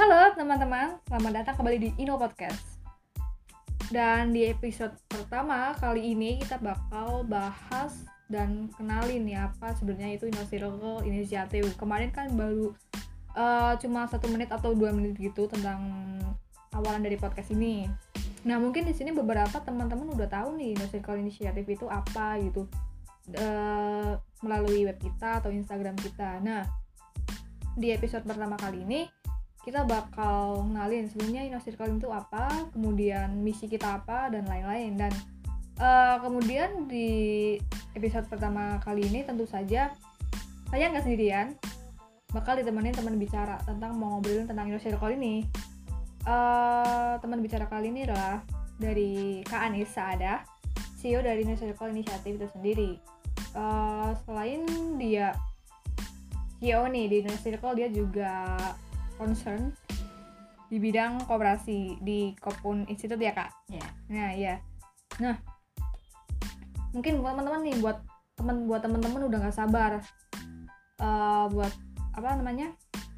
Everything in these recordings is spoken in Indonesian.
Halo teman-teman, selamat datang kembali di Inno Podcast. Dan di episode pertama kali ini kita bakal bahas dan kenalin ya apa sebenarnya itu Inno Circle Initiative. Kemarin kan baru cuma 1 menit atau 2 menit gitu tentang awalan dari podcast ini. Nah mungkin di sini beberapa teman-teman udah tahu nih Inno Circle Initiative itu apa gitu melalui web kita atau Instagram kita. Nah di episode pertama kali ini kita bakal kenalin sebenarnya Inno Circle itu apa, kemudian misi kita apa, dan lain-lain. Dan kemudian di episode pertama kali ini tentu saja saya nggak sendirian, bakal ditemenin teman bicara tentang mau ngobrolin tentang Inno Circle ini. Teman bicara kali ini adalah dari Kak Anis Saadah, CEO dari Inno Circle Initiative itu sendiri. Selain dia CEO nih di Inno Circle, dia juga concern di bidang koperasi di Kopun Institute ya Kak? Yeah. Nah ya, nah mungkin buat teman-teman nih, buat teman-teman udah nggak sabar buat apa namanya,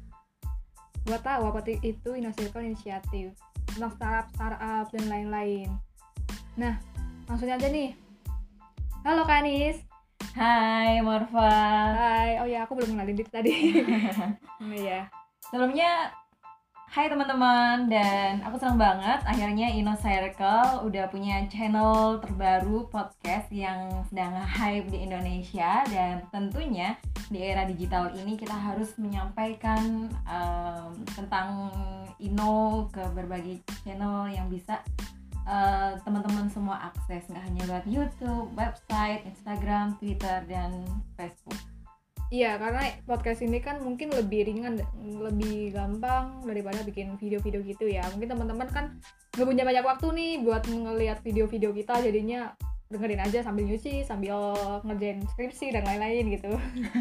buat tahu apa itu Inno Circle Initiative, tentang startup dan lain-lain. Nah langsung aja nih. Halo Kak Anis. Hai Morfa. Hai. Oh ya, aku belum kenalin diri tadi. Iya. Sebelumnya, hai teman-teman, dan aku senang banget akhirnya Inno Circle udah punya channel terbaru podcast yang sedang hype di Indonesia. Dan tentunya di era digital ini kita harus menyampaikan tentang Inno ke berbagai channel yang bisa teman-teman semua akses, nggak hanya lewat YouTube, website, Instagram, Twitter, dan Facebook. Iya, karena podcast ini kan mungkin lebih ringan, lebih gampang daripada bikin video-video gitu ya. Mungkin teman-teman kan nggak punya banyak waktu nih buat ngelihat video-video kita, jadinya dengerin aja sambil nyuci, sambil ngerjain skripsi dan lain-lain gitu.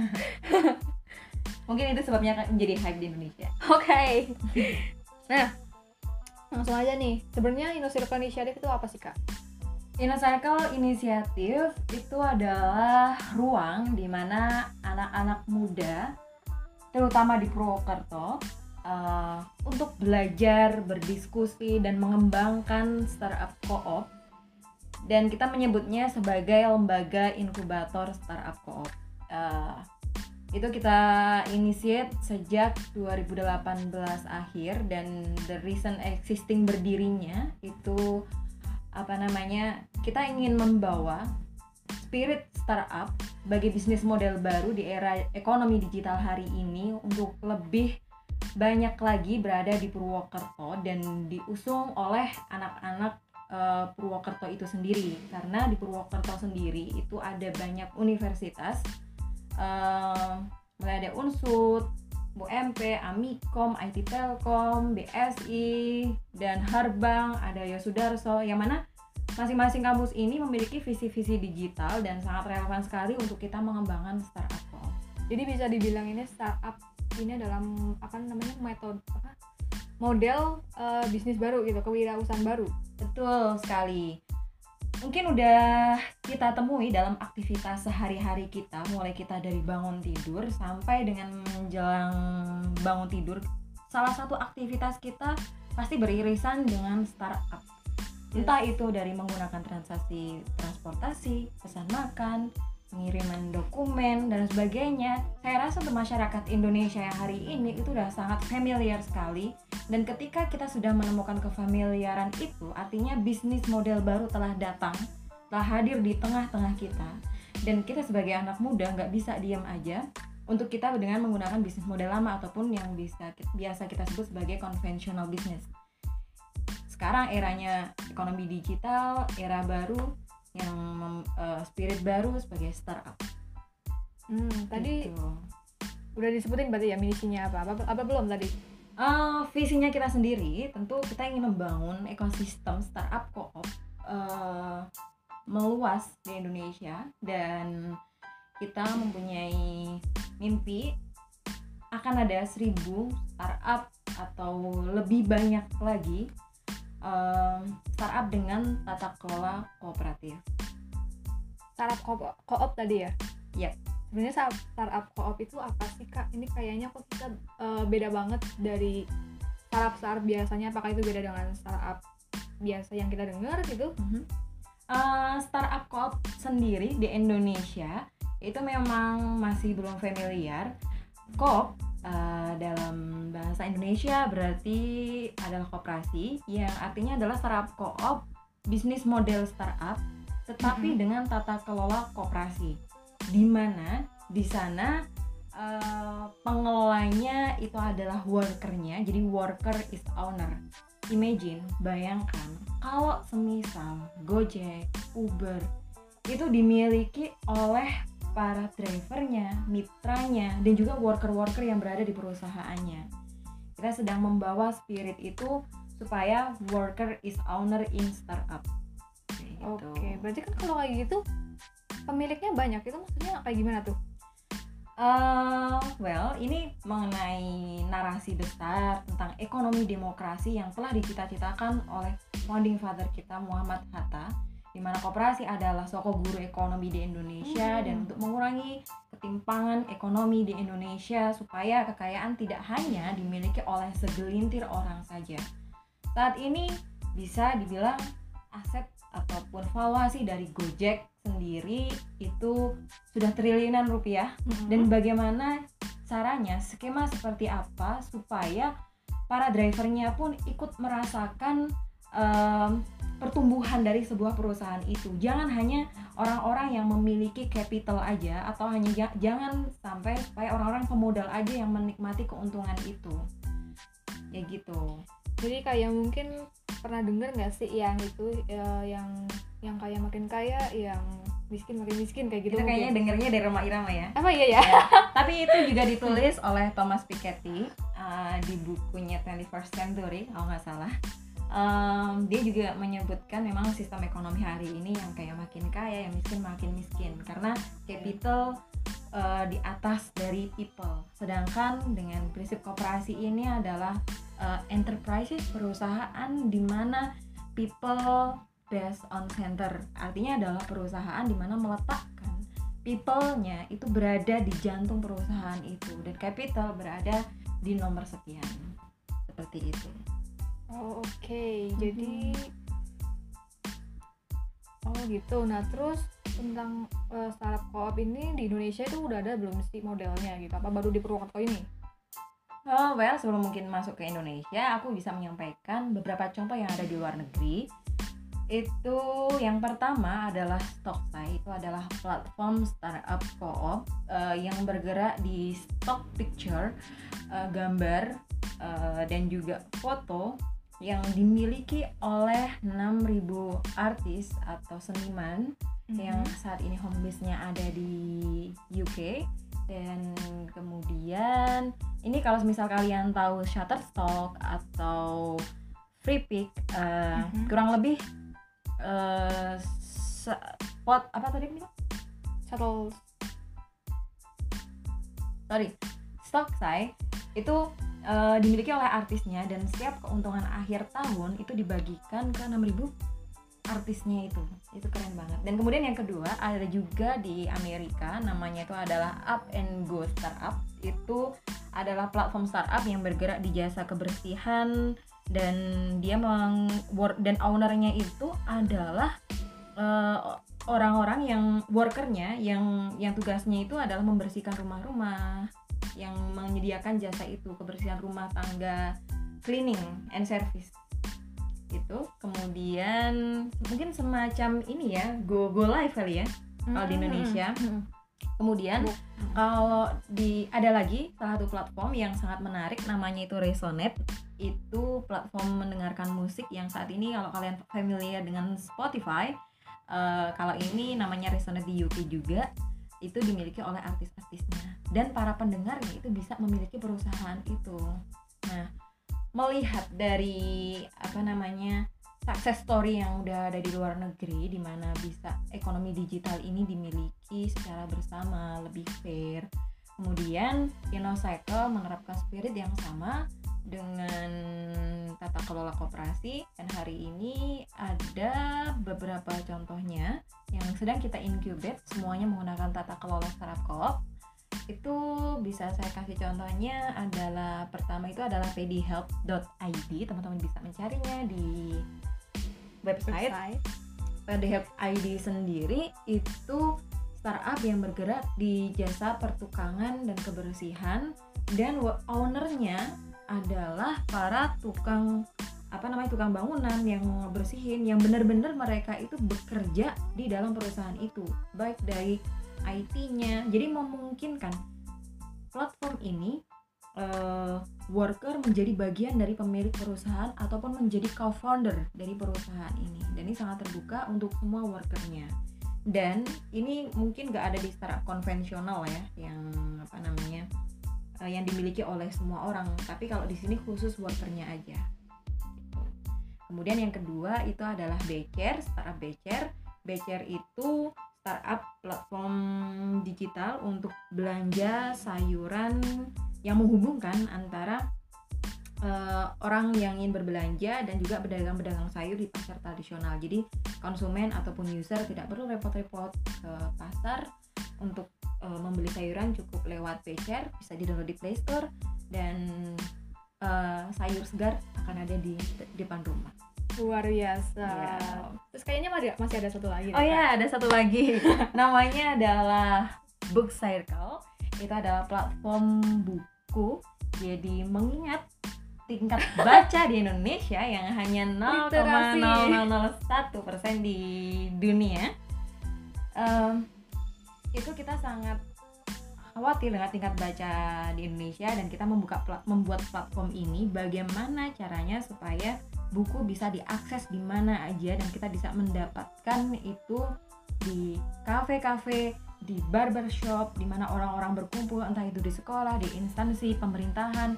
Mungkin itu sebabnya menjadi hype di Indonesia. Oke. Nah, langsung aja nih. Sebenarnya Inno Circle Initiative itu apa sih, Kak? Inno Circle Initiative itu adalah ruang di mana anak-anak muda, terutama di Purwokerto, untuk belajar, berdiskusi, dan mengembangkan startup co-op. Dan kita menyebutnya sebagai lembaga inkubator startup co-op. Itu kita initiate sejak 2018 akhir, dan the reason existing berdirinya itu kita ingin membawa spirit startup sebagai bisnis model baru di era ekonomi digital hari ini untuk lebih banyak lagi berada di Purwokerto dan diusung oleh anak-anak Purwokerto itu sendiri. Karena di Purwokerto sendiri itu ada banyak universitas, mulai ada Unsud, UMP, Amikom, IT Telkom, BSI, dan Harbang, ada Yosudarso, yang mana masing-masing kampus ini memiliki visi-visi digital dan sangat relevan sekali untuk kita mengembangkan startup. Jadi bisa dibilang ini startup ini dalam model bisnis baru gitu, kewirausahaan baru. Betul sekali. Mungkin udah kita temui dalam aktivitas sehari-hari kita, mulai kita dari bangun tidur sampai dengan menjelang bangun tidur. Salah satu aktivitas kita pasti beririsan dengan startup. Entah itu dari menggunakan transaksi transportasi, pesan makan, pengiriman dokumen, dan sebagainya. Saya rasa untuk masyarakat Indonesia yang hari ini itu udah sangat familiar sekali. Dan ketika kita sudah menemukan kefamiliaran itu, artinya bisnis model baru telah datang, telah hadir di tengah-tengah kita. Dan kita sebagai anak muda nggak bisa diam aja untuk kita dengan menggunakan bisnis model lama ataupun yang biasa kita sebut sebagai conventional business. Sekarang eranya ekonomi digital, era baru yang spirit baru sebagai startup. Tadi gitu. Udah disebutin berarti ya misinya apa belum tadi? Visinya kita sendiri tentu kita ingin membangun ekosistem startup co-op meluas di Indonesia, dan kita mempunyai mimpi akan ada 1.000 startup atau lebih banyak lagi startup dengan tata kelola kooperatif. Startup co-op tadi ya? Yep. Sebenarnya startup co-op itu apa sih Kak? Ini kayaknya kok kita beda banget dari startup biasanya, apakah itu beda dengan startup biasa yang kita dengar gitu? Startup co-op sendiri di Indonesia itu memang masih belum familiar. Co-op dalam bahasa Indonesia berarti adalah koperasi, yang artinya adalah startup co-op, bisnis model startup, tetapi dengan tata kelola koperasi, di mana di sana pengelolanya itu adalah workernya, jadi worker is owner. Imagine, bayangkan kalau semisal Gojek, Uber itu dimiliki oleh para drivernya, mitranya, dan juga worker-worker yang berada di perusahaannya. Kita sedang membawa spirit itu supaya worker is owner in startup. Gitu. Oke, berarti kan kalau kayak gitu pemiliknya banyak, itu maksudnya kayak gimana tuh? Ini mengenai narasi besar tentang ekonomi demokrasi yang telah dicita-citakan oleh founding father kita Muhammad Hatta, di mana koperasi adalah soko guru ekonomi di Indonesia dan untuk mengurangi ketimpangan ekonomi di Indonesia supaya kekayaan tidak hanya dimiliki oleh segelintir orang saja. Saat ini bisa dibilang aset ataupun valuasi dari Gojek sendiri itu sudah triliunan rupiah. Dan bagaimana caranya, skema seperti apa supaya para drivernya pun ikut merasakan pertumbuhan dari sebuah perusahaan itu. Jangan hanya orang-orang yang memiliki capital aja, atau hanya jangan sampai supaya orang-orang pemodal aja yang menikmati keuntungan itu. Ya gitu. Jadi kayak mungkin pernah dengar nggak sih yang itu yang kayak makin kaya, yang miskin makin miskin kayak gitu? Itu kayaknya dengernya dari Rhoma Irama ya. Apa iya ya? Tapi itu juga ditulis oleh Thomas Piketty di bukunya 21st Century kalau nggak salah. Dia juga menyebutkan memang sistem ekonomi hari ini yang kayak makin kaya, yang miskin makin miskin karena capital di atas dari people. Sedangkan dengan prinsip koperasi ini adalah enterprises, perusahaan di mana people based on center. Artinya adalah perusahaan di mana meletakkan people-nya itu berada di jantung perusahaan itu dan capital berada di nomor sekian. Seperti itu. Oh, oke. Jadi gitu. Nah, terus tentang startup co-op ini di Indonesia itu udah ada belum sih modelnya gitu? Apa baru di Purwokerto ini? Sebelum mungkin masuk ke Indonesia, aku bisa menyampaikan beberapa contoh yang ada di luar negeri. Itu yang pertama adalah Stocksai. Itu adalah platform startup co-op yang bergerak di stock picture, gambar dan juga foto yang dimiliki oleh 6.000 artis atau seniman yang saat ini home base-nya ada di UK. Dan kemudian ini kalau misal kalian tahu Shutterstock atau Freepik, kurang lebih apa tadi nih? Stocksai itu dimiliki oleh artisnya dan setiap keuntungan akhir tahun itu dibagikan ke 6.000 artisnya itu keren banget. Dan kemudian yang kedua ada juga di Amerika, namanya itu adalah Up and Go Startup. Itu adalah platform startup yang bergerak di jasa kebersihan dan dia dan ownernya itu adalah orang-orang yang workernya yang tugasnya itu adalah membersihkan rumah-rumah, yang menyediakan jasa itu, kebersihan rumah tangga, cleaning and service itu. Kemudian mungkin semacam ini ya, go live kali ya kalau di Indonesia. Kemudian kalau ada lagi salah satu platform yang sangat menarik, namanya itu Resonate. Itu platform mendengarkan musik yang saat ini kalau kalian familiar dengan Spotify, kalau ini namanya Resonate di UK juga, itu dimiliki oleh artis-artisnya dan para pendengarnya itu bisa memiliki perusahaan itu. Nah, melihat dari success story yang udah ada di luar negeri, di mana bisa ekonomi digital ini dimiliki secara bersama, lebih fair. Kemudian InnoCycle menerapkan spirit yang sama dengan tata kelola koperasi, dan hari ini ada beberapa contohnya yang sedang kita incubate, semuanya menggunakan tata kelola startup co-op. Itu bisa saya kasih contohnya adalah, pertama itu adalah pdhelp.id. Teman-teman bisa mencarinya di website. pdhelp ID sendiri itu startup yang bergerak di jasa pertukangan dan kebersihan, dan ownernya adalah para tukang bangunan yang bersihin, yang benar-benar mereka itu bekerja di dalam perusahaan itu, baik dari IT-nya. Jadi memungkinkan platform ini worker menjadi bagian dari pemilik perusahaan ataupun menjadi co-founder dari perusahaan ini, dan ini sangat terbuka untuk semua workernya. Dan ini mungkin gak ada di startup konvensional ya, yang dimiliki oleh semua orang, tapi kalau di sini khusus workernya aja. Kemudian yang kedua itu adalah Becer, startup Becer. Becer itu startup platform digital untuk belanja sayuran yang menghubungkan antara orang yang ingin berbelanja dan juga pedagang-pedagang sayur di pasar tradisional. Jadi konsumen ataupun user tidak perlu repot-repot ke pasar untuk membeli sayuran, cukup lewat Becer, bisa di-download di Play Store, dan sayur segar akan ada di depan rumah. Luar biasa. Yeah. Terus kayaknya masih ada satu lagi. Oh ya, ada satu lagi. Namanya adalah Book Circle. Itu adalah platform buku. Jadi mengingat tingkat baca di Indonesia yang hanya 0,0001% di dunia, itu kita sangat khawatir dengan tingkat baca di Indonesia, dan kita membuat platform ini bagaimana caranya supaya buku bisa diakses di mana aja, dan kita bisa mendapatkan itu di kafe-kafe, di barbershop, di mana orang-orang berkumpul, entah itu di sekolah, di instansi pemerintahan,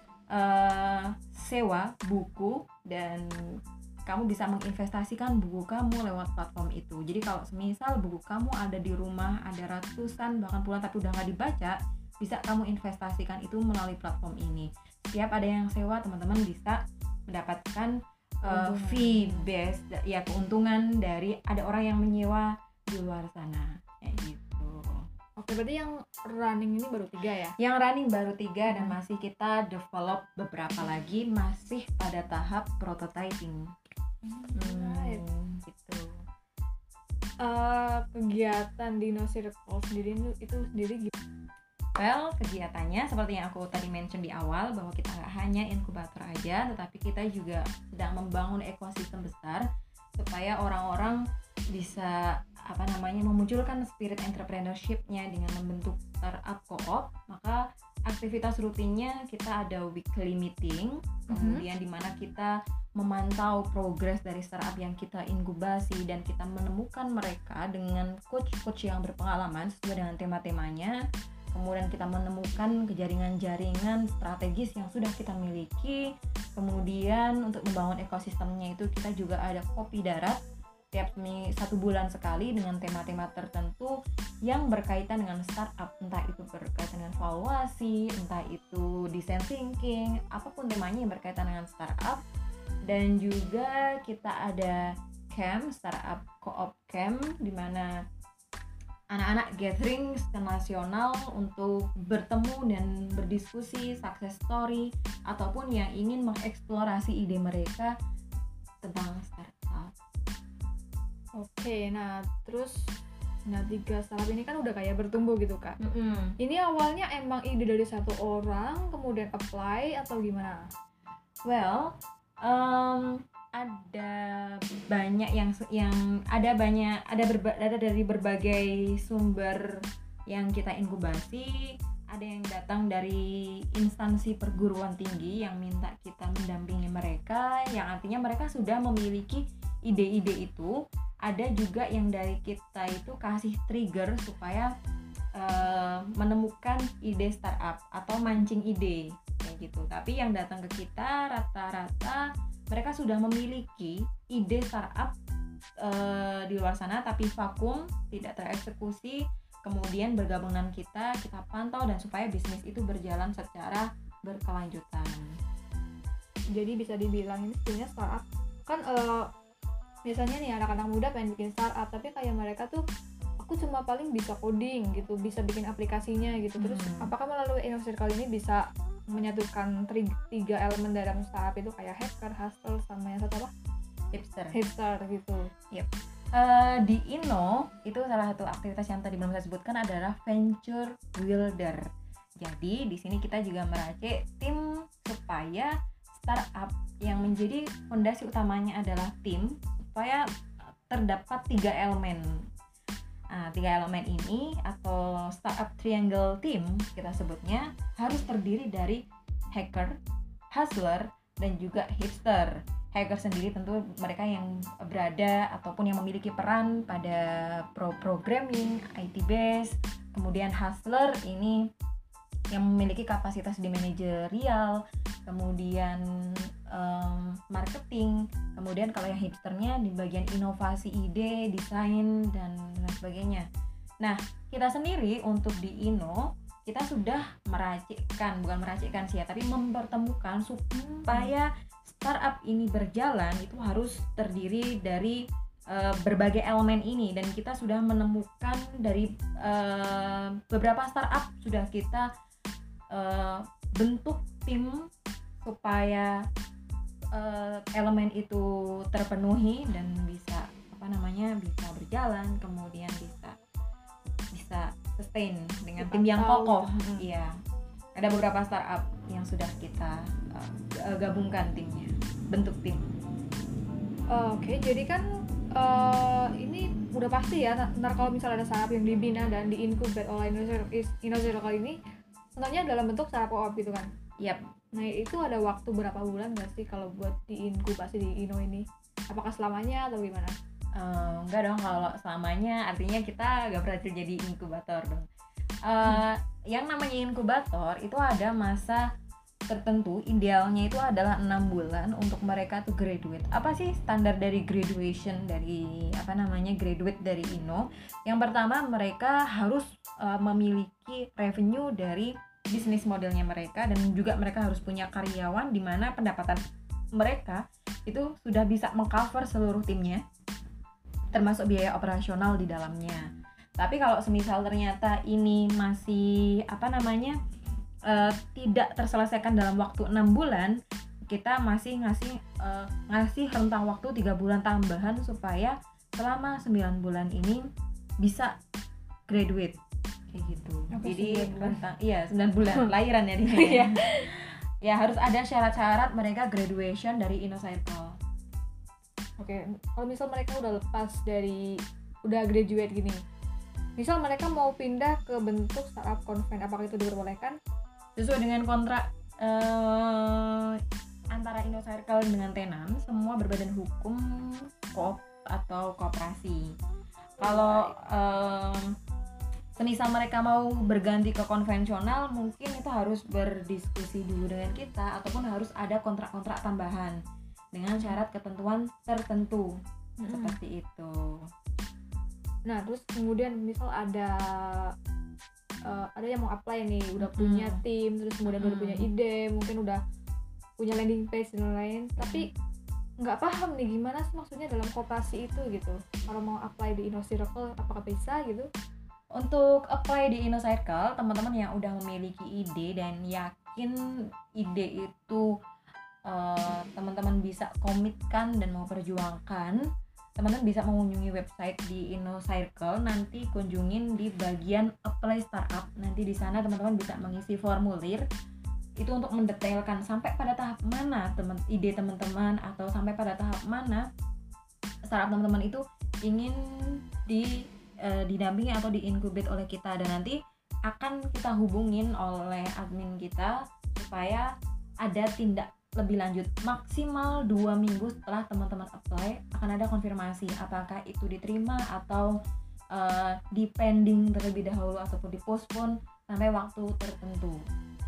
sewa buku, dan kamu bisa menginvestasikan buku kamu lewat platform itu. Jadi kalau semisal buku kamu ada di rumah, ada ratusan bahkan puluhan tapi udah nggak dibaca, bisa kamu investasikan itu melalui platform ini. Setiap ada yang sewa, teman-teman bisa mendapatkan fee based, ya, keuntungan dari ada orang yang menyewa di luar sana, kayak gitu. Oke, berarti yang running ini baru 3 ya? Yang running baru 3 dan masih kita develop beberapa lagi, masih pada tahap prototyping. Gitu. Kegiatan di InnoCircle sendiri itu sendiri gimana? Well, kegiatannya seperti yang aku tadi mention di awal, bahwa kita nggak hanya inkubator aja, tetapi kita juga sedang membangun ekosistem besar supaya orang-orang bisa memunculkan spirit entrepreneurship-nya dengan membentuk startup co-op. Maka aktivitas rutinnya kita ada weekly meeting, kemudian di mana kita memantau progres dari startup yang kita inkubasi, dan kita menemukan mereka dengan coach-coach yang berpengalaman sesuai dengan tema-temanya. Kemudian kita menemukan jaringan-jaringan strategis yang sudah kita miliki. Kemudian untuk membangun ekosistemnya itu kita juga ada kopi darat tiap 1 bulan sekali dengan tema-tema tertentu yang berkaitan dengan startup, entah itu berkaitan dengan valuasi, entah itu design thinking, apapun temanya yang berkaitan dengan startup. Dan juga kita ada camp, startup co-op camp, di mana anak-anak gathering nasional untuk bertemu dan berdiskusi success story ataupun yang ingin mengeksplorasi ide mereka tentang startup. Oke, nah terus 3 startup ini kan udah kayak bertumbuh gitu, Kak. Ini awalnya emang ide dari satu orang kemudian apply atau gimana? Well, ada banyak ada dari berbagai sumber yang kita inkubasi. Ada yang datang dari instansi perguruan tinggi yang minta kita mendampingi mereka, yang artinya mereka sudah memiliki ide-ide itu. Ada juga yang dari kita itu kasih trigger supaya menemukan ide startup atau mancing ide kayak gitu. Tapi yang datang ke kita rata-rata mereka sudah memiliki ide startup di luar sana tapi vakum, tidak tereksekusi. Kemudian bergabung dengan kita pantau dan supaya bisnis itu berjalan secara berkelanjutan. Jadi bisa dibilang ini sebenarnya startup kan biasanya nih anak-anak muda pengen bikin startup, tapi kayak mereka tuh aku cuma paling bisa coding gitu, bisa bikin aplikasinya gitu. Terus apakah melalui Inner Circle ini bisa menyatukan tiga elemen dalam startup itu kayak hacker, hustle, sama yang satu apa? Hipster gitu. Yep. Di Inno itu salah satu aktivitas yang tadi belum saya sebutkan adalah venture builder. Jadi di sini kita juga meracik tim supaya startup yang menjadi fondasi utamanya adalah tim, supaya terdapat 3 elemen. Nah, 3 elemen ini atau startup triangle team kita sebutnya harus terdiri dari hacker, hustler, dan juga hipster. Hacker sendiri tentu mereka yang berada ataupun yang memiliki peran pada programming, IT base. Kemudian hustler ini yang memiliki kapasitas di manajerial, kemudian marketing. Kemudian kalau yang hipsternya di bagian inovasi ide, desain, dan sebagainya. Nah, kita sendiri untuk di Inno kita sudah bukan meracikkan sih ya, tapi mempertemukan supaya startup ini berjalan itu harus terdiri dari berbagai elemen ini, dan kita sudah menemukan dari beberapa startup sudah kita bentuk tim supaya elemen itu terpenuhi dan bisa bisa berjalan, kemudian bisa sustain dengan tim yang kokoh. Iya. Ada beberapa startup yang sudah kita gabungkan timnya, bentuk tim. Oke, jadi kan ini udah pasti ya, ntar kalau misalnya ada startup yang dibina dan di-incubate oleh Inner Circle ini, tentunya dalam bentuk startup co-op gitu kan? Yap. Nah, itu ada waktu berapa bulan nggak sih kalau buat diinkubasi di Inno ini? Apakah selamanya atau gimana? Enggak dong, kalau selamanya artinya kita gak pernah jadi inkubator dong. Yang namanya inkubator itu ada masa tertentu, idealnya itu adalah 6 bulan untuk mereka tuh graduate. Apa sih standar dari graduation dari graduate dari Inno? Yang pertama, mereka harus memiliki revenue dari bisnis modelnya mereka, dan juga mereka harus punya karyawan di mana pendapatan mereka itu sudah bisa mengcover seluruh timnya, termasuk biaya operasional di dalamnya. Tapi kalau semisal ternyata ini masih tidak terselesaikan dalam waktu 6 bulan, kita masih ngasih rentang waktu 3 bulan tambahan supaya selama 9 bulan ini bisa graduate kayak gitu. Jadi 9 bulan lahiran ya dia. Ya harus ada syarat-syarat mereka graduation dari Inno Circle. Oke, kalau misal mereka udah graduate gini, misal mereka mau pindah ke bentuk startup convent, apakah itu diperbolehkan? Sesuai dengan kontrak antara Inno Circle dengan tenan, semua berbadan hukum koop atau koperasi. Kalau semisal mereka mau berganti ke konvensional, mungkin itu harus berdiskusi dulu dengan kita, ataupun harus ada kontrak-kontrak tambahan dengan syarat ketentuan tertentu seperti itu. Nah, terus kemudian misal ada yang mau apply nih, udah punya tim, terus kemudian udah punya ide, mungkin udah punya landing page dan lain-lain, tapi nggak paham nih gimana sih maksudnya dalam koperasi itu gitu. Kalau mau apply di Inno Circle, apakah bisa gitu? Untuk apply di Inno Circle, teman-teman yang udah memiliki ide dan yakin ide itu teman-teman bisa komitkan dan mau perjuangkan, teman-teman bisa mengunjungi website di Inno Circle. Nanti kunjungin di bagian apply startup. Nanti di sana teman-teman bisa mengisi formulir itu untuk mendetailkan sampai pada tahap mana ide teman-teman, atau sampai pada tahap mana startup teman-teman itu ingin didampingi atau diincubate oleh kita, dan nanti akan kita hubungin oleh admin kita supaya ada tindak lebih lanjut. Maksimal 2 minggu setelah teman-teman apply akan ada konfirmasi apakah itu diterima atau dipending terlebih dahulu ataupun dipospon sampai waktu tertentu.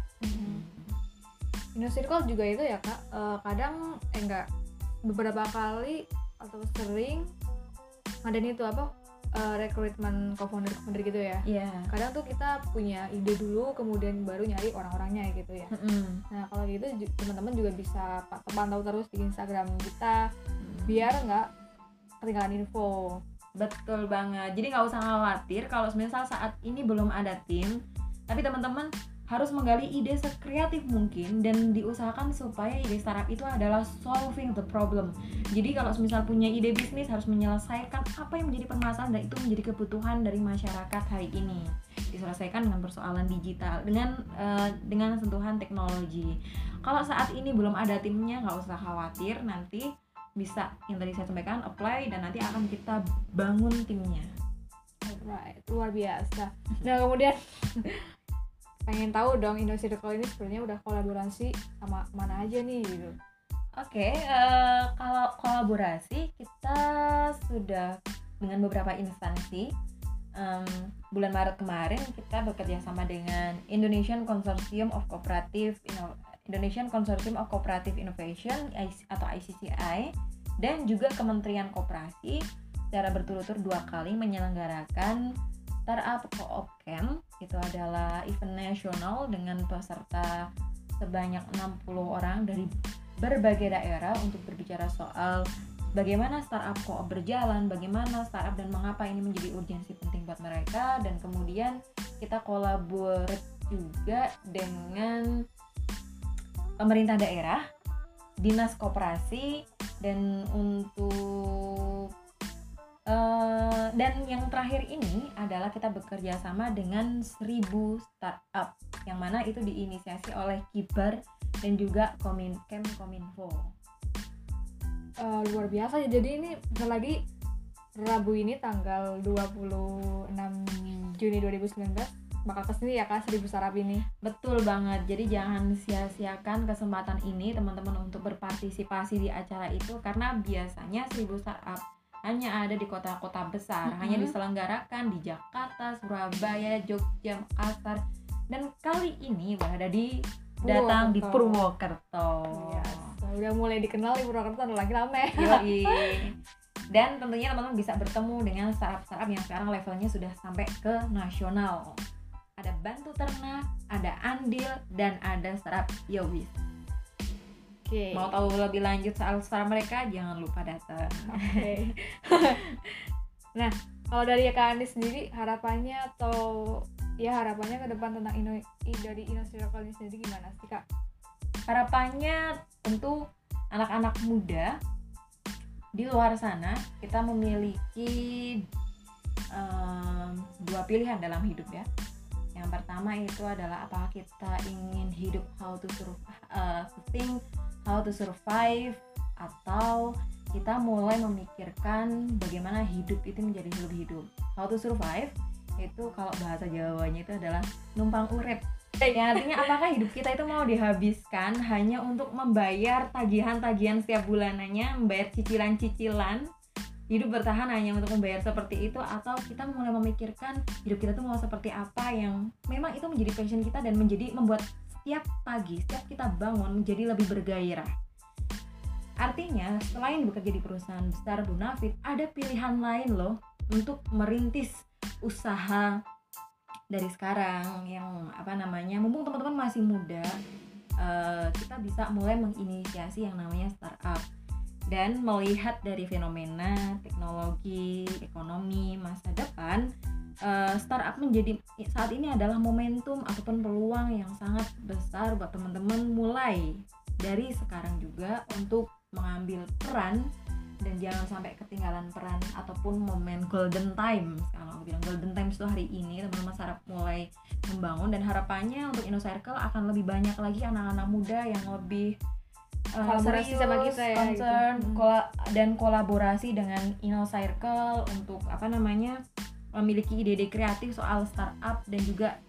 Inno Circle juga itu ya Kak, kadang beberapa kali atau sering ngadain itu rekrutmen co-founder gitu ya. Iya. Kadang tuh kita punya ide dulu, kemudian baru nyari orang-orangnya gitu ya. Nah kalau gitu teman-teman juga bisa pantau terus di Instagram kita biar nggak ketinggalan info. Betul banget. Jadi nggak usah khawatir kalau misal saat ini belum ada tim, tapi teman-teman harus menggali ide sekreatif mungkin dan diusahakan supaya ide startup itu adalah solving the problem. Jadi kalau misal punya ide bisnis harus menyelesaikan apa yang menjadi permasalahan dan itu menjadi kebutuhan dari masyarakat hari ini. Diselesaikan dengan persoalan digital, dengan sentuhan teknologi. Kalau saat ini belum ada timnya nggak usah khawatir, nanti bisa yang tadi saya sampaikan apply dan nanti akan kita bangun timnya. Alright, luar biasa. Nah kemudian pengen tahu dong InnoCircle ini sebenarnya udah kolaborasi sama mana aja nih gitu. Oke, kalau kolaborasi kita sudah dengan beberapa instansi. Bulan Maret kemarin kita bekerja sama dengan Indonesian Consortium of Cooperative Innovation atau ICCI dan juga Kementerian Koperasi secara berturut-turut 2 kali menyelenggarakan Startup Co-op Camp. Itu adalah event nasional dengan peserta sebanyak 60 orang dari berbagai daerah untuk berbicara soal bagaimana startup co-op berjalan, bagaimana startup dan mengapa ini menjadi urgensi penting buat mereka. Dan kemudian kita kolaborasi juga dengan pemerintah daerah, dinas koperasi, dan untuk dan yang terakhir ini adalah kita bekerja sama dengan 1000 startup yang mana itu diinisiasi oleh Kibar dan juga Kominfo. Luar biasa ya. Jadi ini bentar lagi Rabu ini tanggal 26 Juni 2019 bakal kesini ya Kak 1000 startup ini. Betul banget. Jadi jangan sia-siakan kesempatan ini teman-teman untuk berpartisipasi di acara itu karena biasanya 1000 startup hanya ada di kota-kota besar, hanya diselenggarakan di Jakarta, Surabaya, Jogja, Makassar, dan kali ini berada di datang di Purwokerto. Yes. Udah mulai dikenal di Purwokerto, lagi rame. Yoi. Dan tentunya teman-teman bisa bertemu dengan startup-startup yang sekarang levelnya sudah sampai ke nasional. Ada Bantu Ternak, ada Andil, dan ada startup Yowis. Oke. Mau tahu lebih lanjut soal startup mereka, jangan lupa datang. Oke. Nah, kalau dari Kak Andi sendiri harapannya ke depan tentang dari InnoCircle ini sendiri gimana sih Kak? Harapannya tentu anak-anak muda di luar sana kita memiliki 2 pilihan dalam hidup ya. Yang pertama itu adalah apakah kita ingin hidup how to survive atau kita mulai memikirkan bagaimana hidup itu menjadi lebih hidup. How to survive itu kalau bahasa Jawanya itu adalah numpang urip. Yang artinya apakah hidup kita itu mau dihabiskan hanya untuk membayar tagihan-tagihan setiap bulanannya, membayar cicilan-cicilan, hidup bertahan hanya untuk membayar seperti itu, atau kita mulai memikirkan hidup kita tuh mau seperti apa yang memang itu menjadi passion kita dan membuat setiap pagi, setiap kita bangun menjadi lebih bergairah. Artinya selain bekerja di perusahaan besar Bonafit, ada pilihan lain loh untuk merintis usaha dari sekarang yang mumpung teman-teman masih muda, kita bisa mulai menginisiasi yang namanya startup dan melihat dari fenomena teknologi, ekonomi masa depan. Startup menjadi saat ini adalah momentum ataupun peluang yang sangat besar buat teman-teman mulai dari sekarang juga untuk mengambil peran dan jangan sampai ketinggalan peran ataupun momen golden time. Kalau aku bilang golden time itu hari ini teman-teman startup mulai membangun, dan harapannya untuk InnoCircle akan lebih banyak lagi anak-anak muda yang lebih kolaborasi sama kita ya, concern gitu. Dan kolaborasi dengan InnoCircle untuk memiliki ide-ide kreatif soal startup dan juga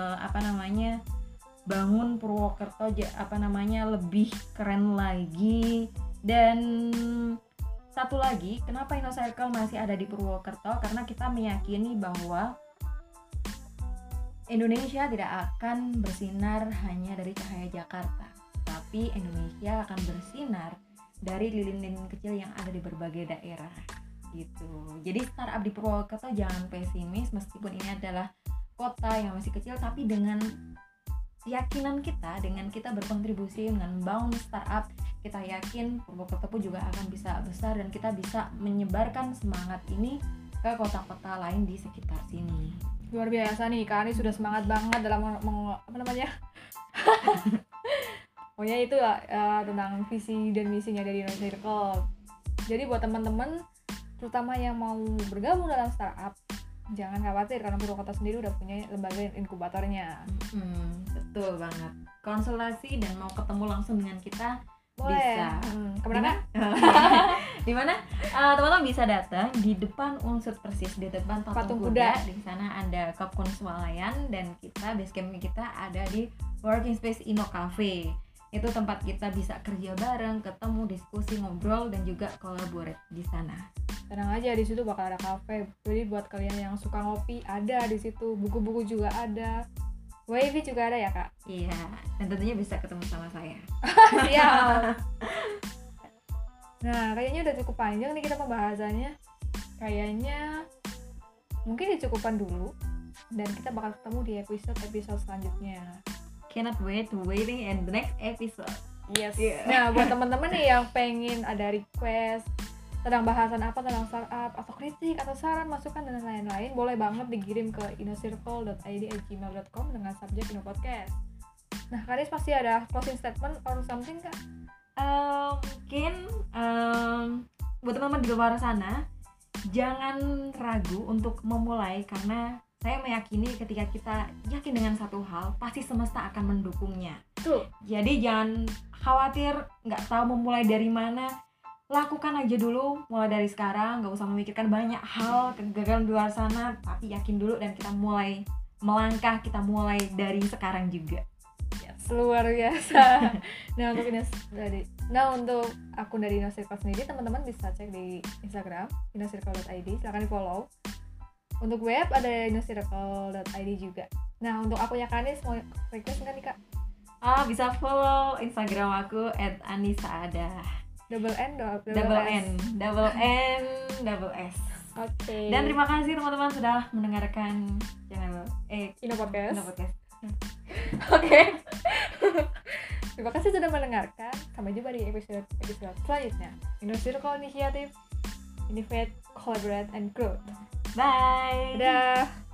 bangun Purwokerto lebih keren lagi. Dan satu lagi, kenapa InnoCircle masih ada di Purwokerto? Karena kita meyakini bahwa Indonesia tidak akan bersinar hanya dari cahaya Jakarta, tapi Indonesia akan bersinar dari lilin-lilin kecil yang ada di berbagai daerah gitu. Jadi startup di Purwokerto jangan pesimis, meskipun ini adalah kota yang masih kecil, tapi dengan keyakinan kita, dengan kita berkontribusi dengan membangun startup, kita yakin Purwokerto pun juga akan bisa besar dan kita bisa menyebarkan semangat ini ke kota-kota lain di sekitar sini. Luar biasa nih, Kak Ani sudah semangat banget dalam apa namanya? Pokoknya itu tentang visi dan misinya dari Inner Circle. Jadi buat teman-teman terutama yang mau bergabung dalam startup, jangan khawatir karena Purwakarta sendiri udah punya lembaga inkubatornya. Betul banget. Konsultasi dan mau ketemu langsung dengan kita boleh. Bisa. Kemana? Di mana? Teman-teman bisa datang di depan Unsur persis, di depan Patung Kuda. Di sana ada Kapkun Swalayan dan kita base camp kita ada di Working Space Inno Cafe. Itu tempat kita bisa kerja bareng, ketemu, diskusi, ngobrol dan juga collaborate di sana. Tenang aja, di situ bakal ada kafe. Jadi buat kalian yang suka ngopi ada di situ, buku-buku juga ada. Wavy juga ada ya, Kak? Iya, dan tentunya bisa ketemu sama saya. Siap. Nah, kayaknya udah cukup panjang nih kita pembahasannya. Kayaknya mungkin dicukupkan dulu dan kita bakal ketemu di episode selanjutnya. Cannot wait to waiting in the next episode. Yes. Yeah. Nah, buat teman-teman nih yang pengen ada request tentang bahasan apa tentang startup atau kritik atau saran, masukan dan lain-lain, boleh banget dikirim ke innocircle.id@gmail.com dengan subjek Inno Podcast. Nah, Karis pasti ada closing statement or something, Kak? Mungkin buat teman-teman di luar sana, jangan ragu untuk memulai karena saya meyakini ketika kita yakin dengan satu hal, pasti semesta akan mendukungnya. Tuh. Jadi jangan khawatir, nggak tahu memulai dari mana. Lakukan aja dulu, mulai dari sekarang, gak usah memikirkan banyak hal, kegagalan di luar sana, tapi yakin dulu dan kita mulai melangkah, kita mulai dari sekarang juga. Yes, luar biasa. untuk akun dari Inner Circle sendiri, teman-teman bisa cek di Instagram, innocircle.id, silahkan di follow. Untuk web ada innocircle.id juga. Nah, untuk akunnya Kanis, mau request nggak nih, Kak? Bisa follow Instagram aku @anisaada. Double N. Oke. Dan terima kasih teman-teman sudah mendengarkan channel Inno Podcast. Oke. Terima kasih sudah mendengarkan. Sampai jumpa di episode selanjutnya. Inner Circle Initiative, Innovate, Collaborate, and Growth. Bye. Dadah.